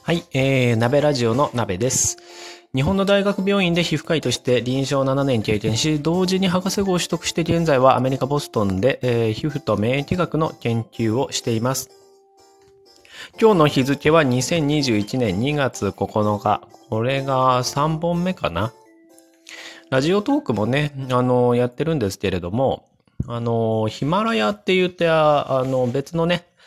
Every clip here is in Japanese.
はい、鍋ラジオの鍋です。日本の大学病院で皮膚科医として臨床7年経験し、同時に博士号を取得して現在はアメリカ・ボストンで、皮膚と免疫学の研究をしています。今日の日付は2021年2月9日。これが3本目かな。ラジオトークもね、やってるんですけれども、ヒマラヤって言って、別のね、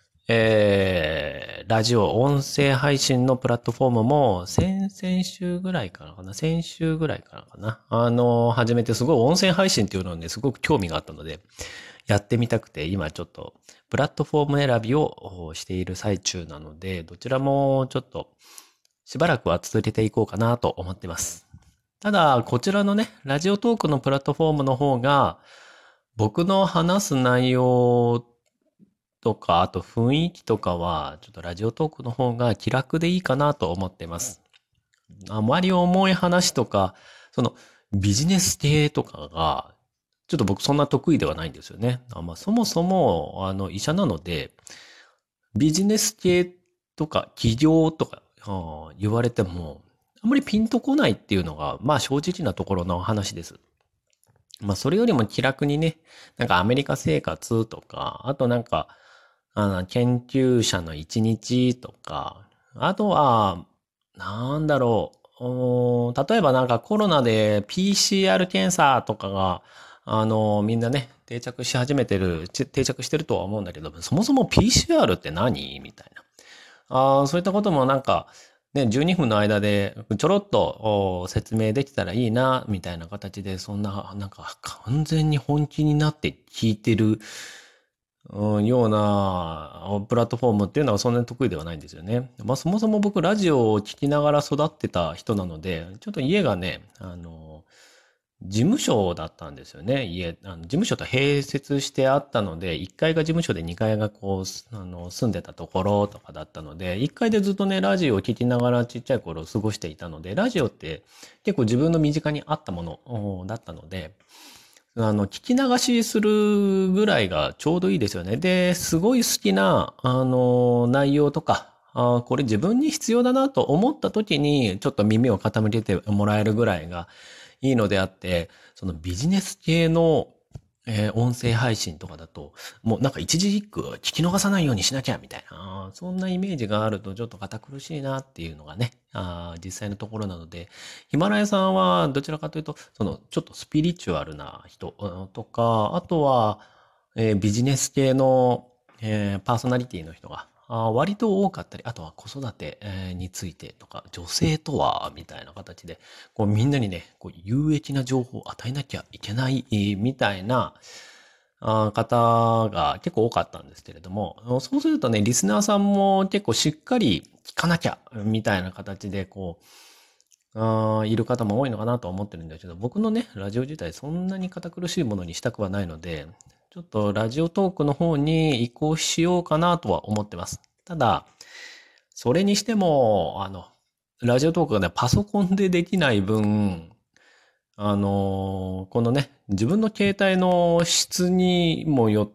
ラジオ、音声配信のプラットフォームも、々週ぐらいからかな、先週ぐらいからかな、始めてすごい音声配信っていうのにすごく興味があったので、やってみたくて、今ちょっと、プラットフォーム選びをしている最中なので、どちらもちょっと、しばらくは続けていこうかなと思ってます。ただ、こちらのね、ラジオトークのプラットフォームの方が、僕の話す内容とか、あと雰囲気とかは、ちょっとラジオトークの方が気楽でいいかなと思ってます。あまり重い話とか、そのビジネス系とかが、ちょっと僕そんな得意ではないんですよね。そもそも、医者なので、ビジネス系とか企業とか、言われても、あんまりピンとこないっていうのが、まあ正直なところの話です。それよりも気楽にね、なんかアメリカ生活とか、あとなんか、研究者の一日とか、あとは、なんだろう。例えばなんかコロナで PCR 検査とかが、みんなね、定着してるとは思うんだけど、そもそも PCR って何みたいな。そういったこともなんか、ね、12分の間でちょろっと説明できたらいいな、みたいな形で、そんな、なんか完全に本気になって聞いてる、ようなプラットフォームっていうのはそんなに得意ではないんですよね。そもそも僕ラジオを聞きながら育ってた人なので、ちょっと家がね、事務所だったんですよね。事務所と併設してあったので、1階が事務所で2階がこう、住んでたところとかだったので、1階でずっとね、ラジオを聞きながらちっちゃい頃を過ごしていたので、ラジオって結構自分の身近にあったものだったので、聞き流しするぐらいがちょうどいいですよね。で、すごい好きな、内容とか、これ自分に必要だなと思った時に、ちょっと耳を傾けてもらえるぐらいがいいのであって、そのビジネス系の、音声配信とかだと、もうなんか一字一句聞き逃さないようにしなきゃみたいな、そんなイメージがあるとちょっと堅苦しいなっていうのがね、実際のところなので、ヒマラヤさんはどちらかというと、そのちょっとスピリチュアルな人とか、あとは、ビジネス系の、パーソナリティの人が割と多かったり、あとは子育てについてとか、女性とは、みたいな形で、こうみんなにね、こう有益な情報を与えなきゃいけない、みたいな、方が結構多かったんですけれども、そうするとね、リスナーさんも結構しっかり聞かなきゃ、みたいな形で、こう、いる方も多いのかなと思ってるんですけど、僕のね、ラジオ自体そんなに堅苦しいものにしたくはないので、ちょっとラジオトークの方に移行しようかなとは思ってます。ただ、それにしても、ラジオトークがね、パソコンでできない分、このね、自分の携帯の質にもよって、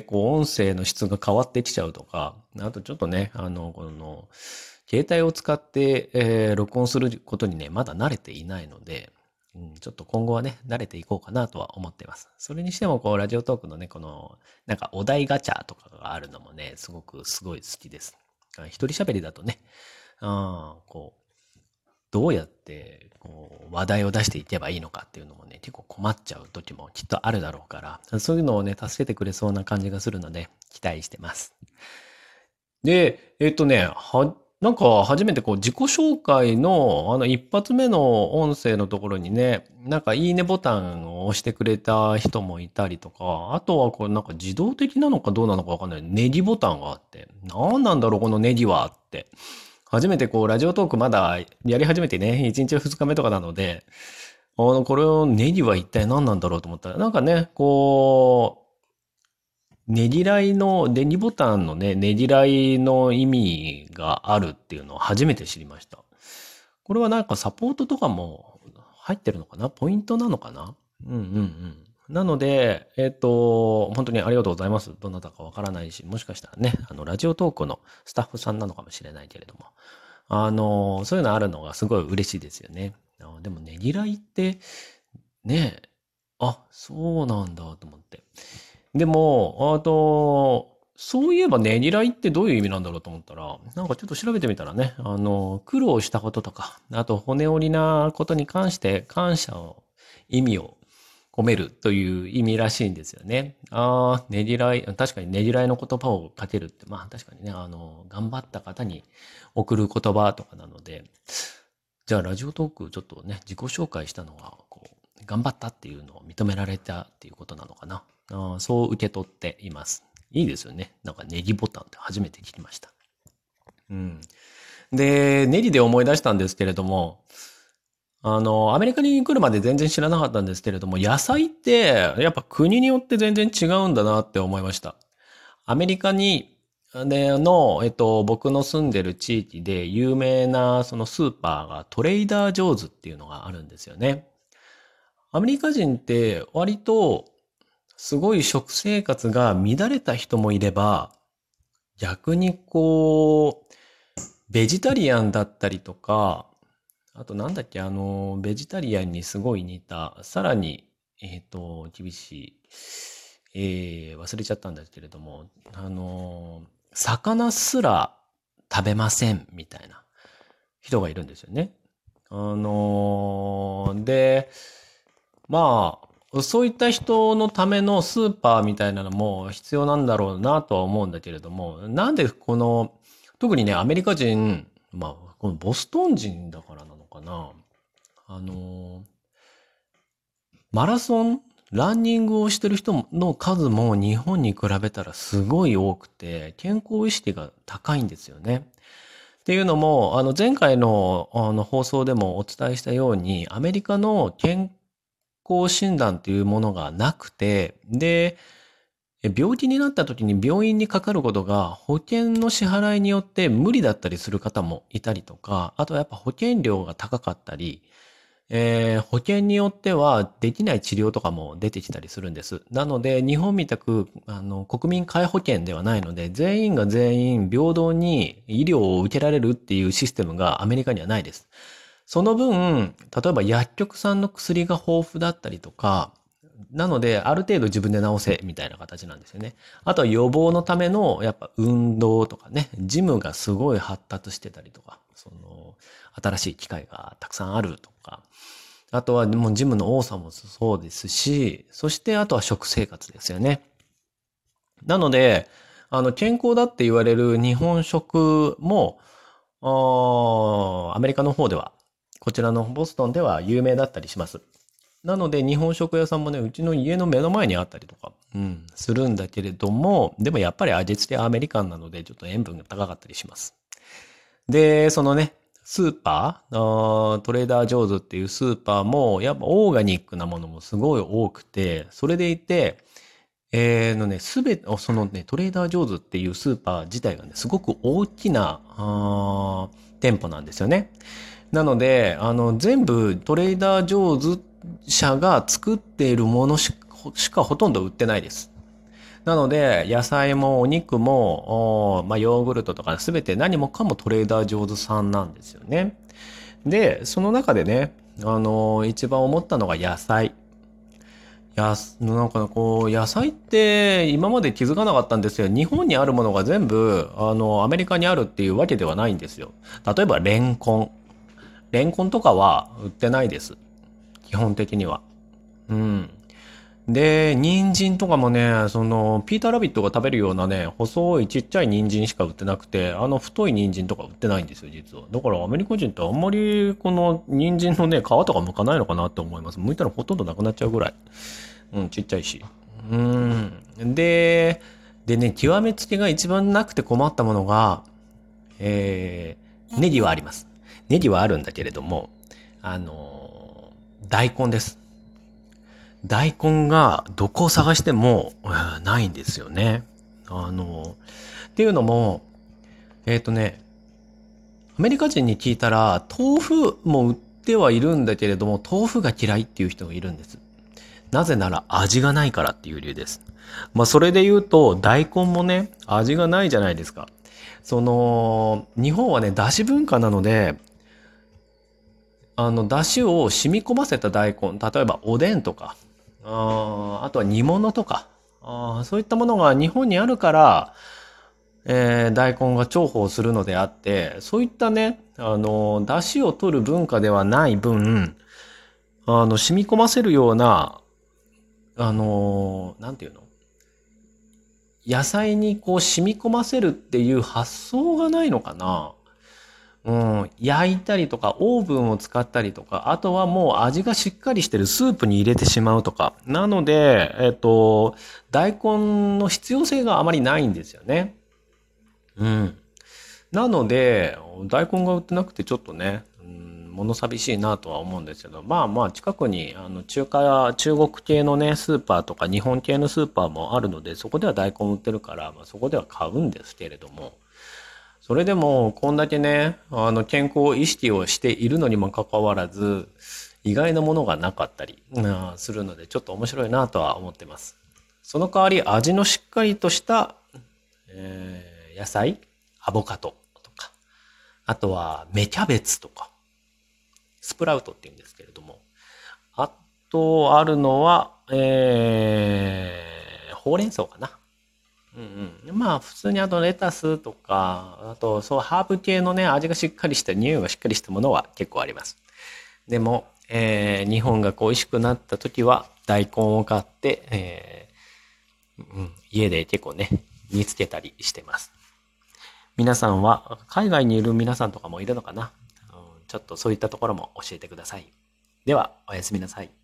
こう、音声の質が変わってきちゃうとか、あとちょっとね、この、携帯を使って、録音することにね、まだ慣れていないので、ちょっと今後はね、慣れていこうかなとは思っています。それにしても、こう、ラジオトークのね、この、なんかお題ガチャとかがあるのもね、すごい好きです。一人喋りだとね、こう、どうやって、こう、話題を出していけばいいのかっていうのもね、結構困っちゃう時もきっとあるだろうから、そういうのをね、助けてくれそうな感じがするので、期待してます。で、なんか初めてこう自己紹介の一発目の音声のところにね、なんかいいねボタンを押してくれた人もいたりとか、あとはこれなんか自動的なのかどうなのかわかんないネギボタンがあって、なんなんだろうこのネギはって。初めてこうラジオトークまだやり始めてね、1日2日目とかなので、これをネギは一体何なんだろうと思ったら、なんかね、こう、ネギボタンのね、ねぎらいの意味があるっていうのを初めて知りました。これはなんかサポートとかも入ってるのかなポイントなのかなうんうんうん。なので、本当にありがとうございます。どなたかわからないし、もしかしたらね、ラジオトークのスタッフさんなのかもしれないけれども。 そういうのあるのがすごい嬉しいですよね。でもねぎらいって、ね、そうなんだと思って。でも、そういえばねぎらいってどういう意味なんだろうと思ったら、なんかちょっと調べてみたらね、苦労したこととか、あと骨折りなことに関して感謝を、意味を込めるという意味らしいんですよね。ねぎらい、確かにねぎらいの言葉をかけるって、まあ確かにね、頑張った方に送る言葉とかなので、じゃあラジオトークちょっとね、自己紹介したのは、頑張ったっていうのを認められたっていうことなのかな。そう受け取っています。いいですよね。なんかネギボタンって初めて聞きました。うん。で、ネギで思い出したんですけれども、アメリカに来るまで全然知らなかったんですけれども、野菜って、やっぱ国によって全然違うんだなって思いました。アメリカに、僕の住んでる地域で有名なそのスーパーがトレイダー・ジョーズっていうのがあるんですよね。アメリカ人って割とすごい食生活が乱れた人もいれば、逆にベジタリアンだったりとか、あとなんだっけ、ベジタリアンにすごい似た、さらに、厳しい、忘れちゃったんですけれども、魚すら食べません、みたいな人がいるんですよね。で、まあ、そういった人のためのスーパーみたいなのも必要なんだろうなとは思うんだけれども、なんで特にね、アメリカ人、まあ、このボストン人だからなのかな。あの、マラソン、ランニングをしてる人の数も日本に比べたらすごい多くて、健康意識が高いんですよね。っていうのも、前回の放送でもお伝えしたように、アメリカの健康診断というものがなくて、で、病気になった時に病院にかかることが保険の支払いによって無理だったりする方もいたりとか、あとはやっぱ保険料が高かったり、保険によってはできない治療とかも出てきたりするんです。なので、日本みたく、国民皆保険ではないので、全員が全員平等に医療を受けられるっていうシステムがアメリカにはないです。その分、例えば薬局さんの薬が豊富だったりとか、なので、ある程度自分で治せ、みたいな形なんですよね。あとは予防のための、やっぱ運動とかね、ジムがすごい発達してたりとか、新しい機械がたくさんあるとか、あとはもうジムの多さもそうですし、そしてあとは食生活ですよね。なので、健康だって言われる日本食も、アメリカの方では、こちらのボストンでは有名だったりします。なので日本食屋さんもね、うちの家の目の前にあったりとか、するんだけれども、でもやっぱり味付けアメリカンなので、ちょっと塩分が高かったりします。で、そのね、スーパー、トレーダー・ジョーズっていうスーパーも、やっぱオーガニックなものもすごい多くて、それでいて、すべて、そのね、トレーダー・ジョーズっていうスーパー自体がね、すごく大きな、店舗なんですよね。なので、全部トレーダー・ジョーズ社が作っているものしかほとんど売ってないです。なので、野菜もお肉も、ヨーグルトとかすべて何もかもトレーダー・ジョーズさんなんですよね。で、その中でね、一番思ったのが野菜。なんか野菜って今まで気づかなかったんですよ。日本にあるものが全部、アメリカにあるっていうわけではないんですよ。例えば、レンコン。レンコンとかは売ってないです。基本的には。うん。で、人参とかもね、ピーターラビットが食べるようなね、細いちっちゃい人参しか売ってなくて、太い人参とか売ってないんですよ、実は。だからアメリカ人ってあんまりこの人参のね、皮とか剥かないのかなって思います。剥いたらほとんどなくなっちゃうぐらい。ちっちゃいし。でね、極めつけが一番なくて困ったものが、ネギはあります。ネギはあるんだけれども、大根です。大根がどこを探しても、ないんですよね。っていうのも、アメリカ人に聞いたら、豆腐も売ってはいるんだけれども、豆腐が嫌いっていう人がいるんです。なぜなら味がないからっていう理由です。それで言うと、大根もね、味がないじゃないですか。 日本はね、だし文化なので、だしを染み込ませた大根、例えばおでんとか、あとは煮物とか、そういったものが日本にあるから、大根が重宝するのであって、そういったね、出汁を取る文化ではない分、染み込ませるような、なんていうの、野菜にこう染み込ませるっていう発想がないのかな。うん、焼いたりとか、オーブンを使ったりとか、あとはもう味がしっかりしてるスープに入れてしまうとか。なので、大根の必要性があまりないんですよね。うん。なので、大根が売ってなくてちょっとね、物寂しいなとは思うんですけど、まあまあ近くに中国系のね、スーパーとか日本系のスーパーもあるので、そこでは大根売ってるから、まあそこでは買うんですけれども、それでもこんだけね、健康意識をしているのにもかかわらず、意外なものがなかったり、するので、ちょっと面白いなとは思ってます。その代わり味のしっかりとした、野菜、アボカドとか、あとは芽キャベツとか、スプラウトって言うんですけれども、あとあるのは、ほうれん草かな。うんうん。まあ普通にあとレタスとか、あとそうハーブ系のね、味がしっかりした、匂いがしっかりしたものは結構あります。でも、日本が恋しくなった時は大根を買って、家で結構ね、煮つけたりしてます。皆さんは、海外にいる皆さんとかもいるのかな、ちょっとそういったところも教えてください。では、おやすみなさい。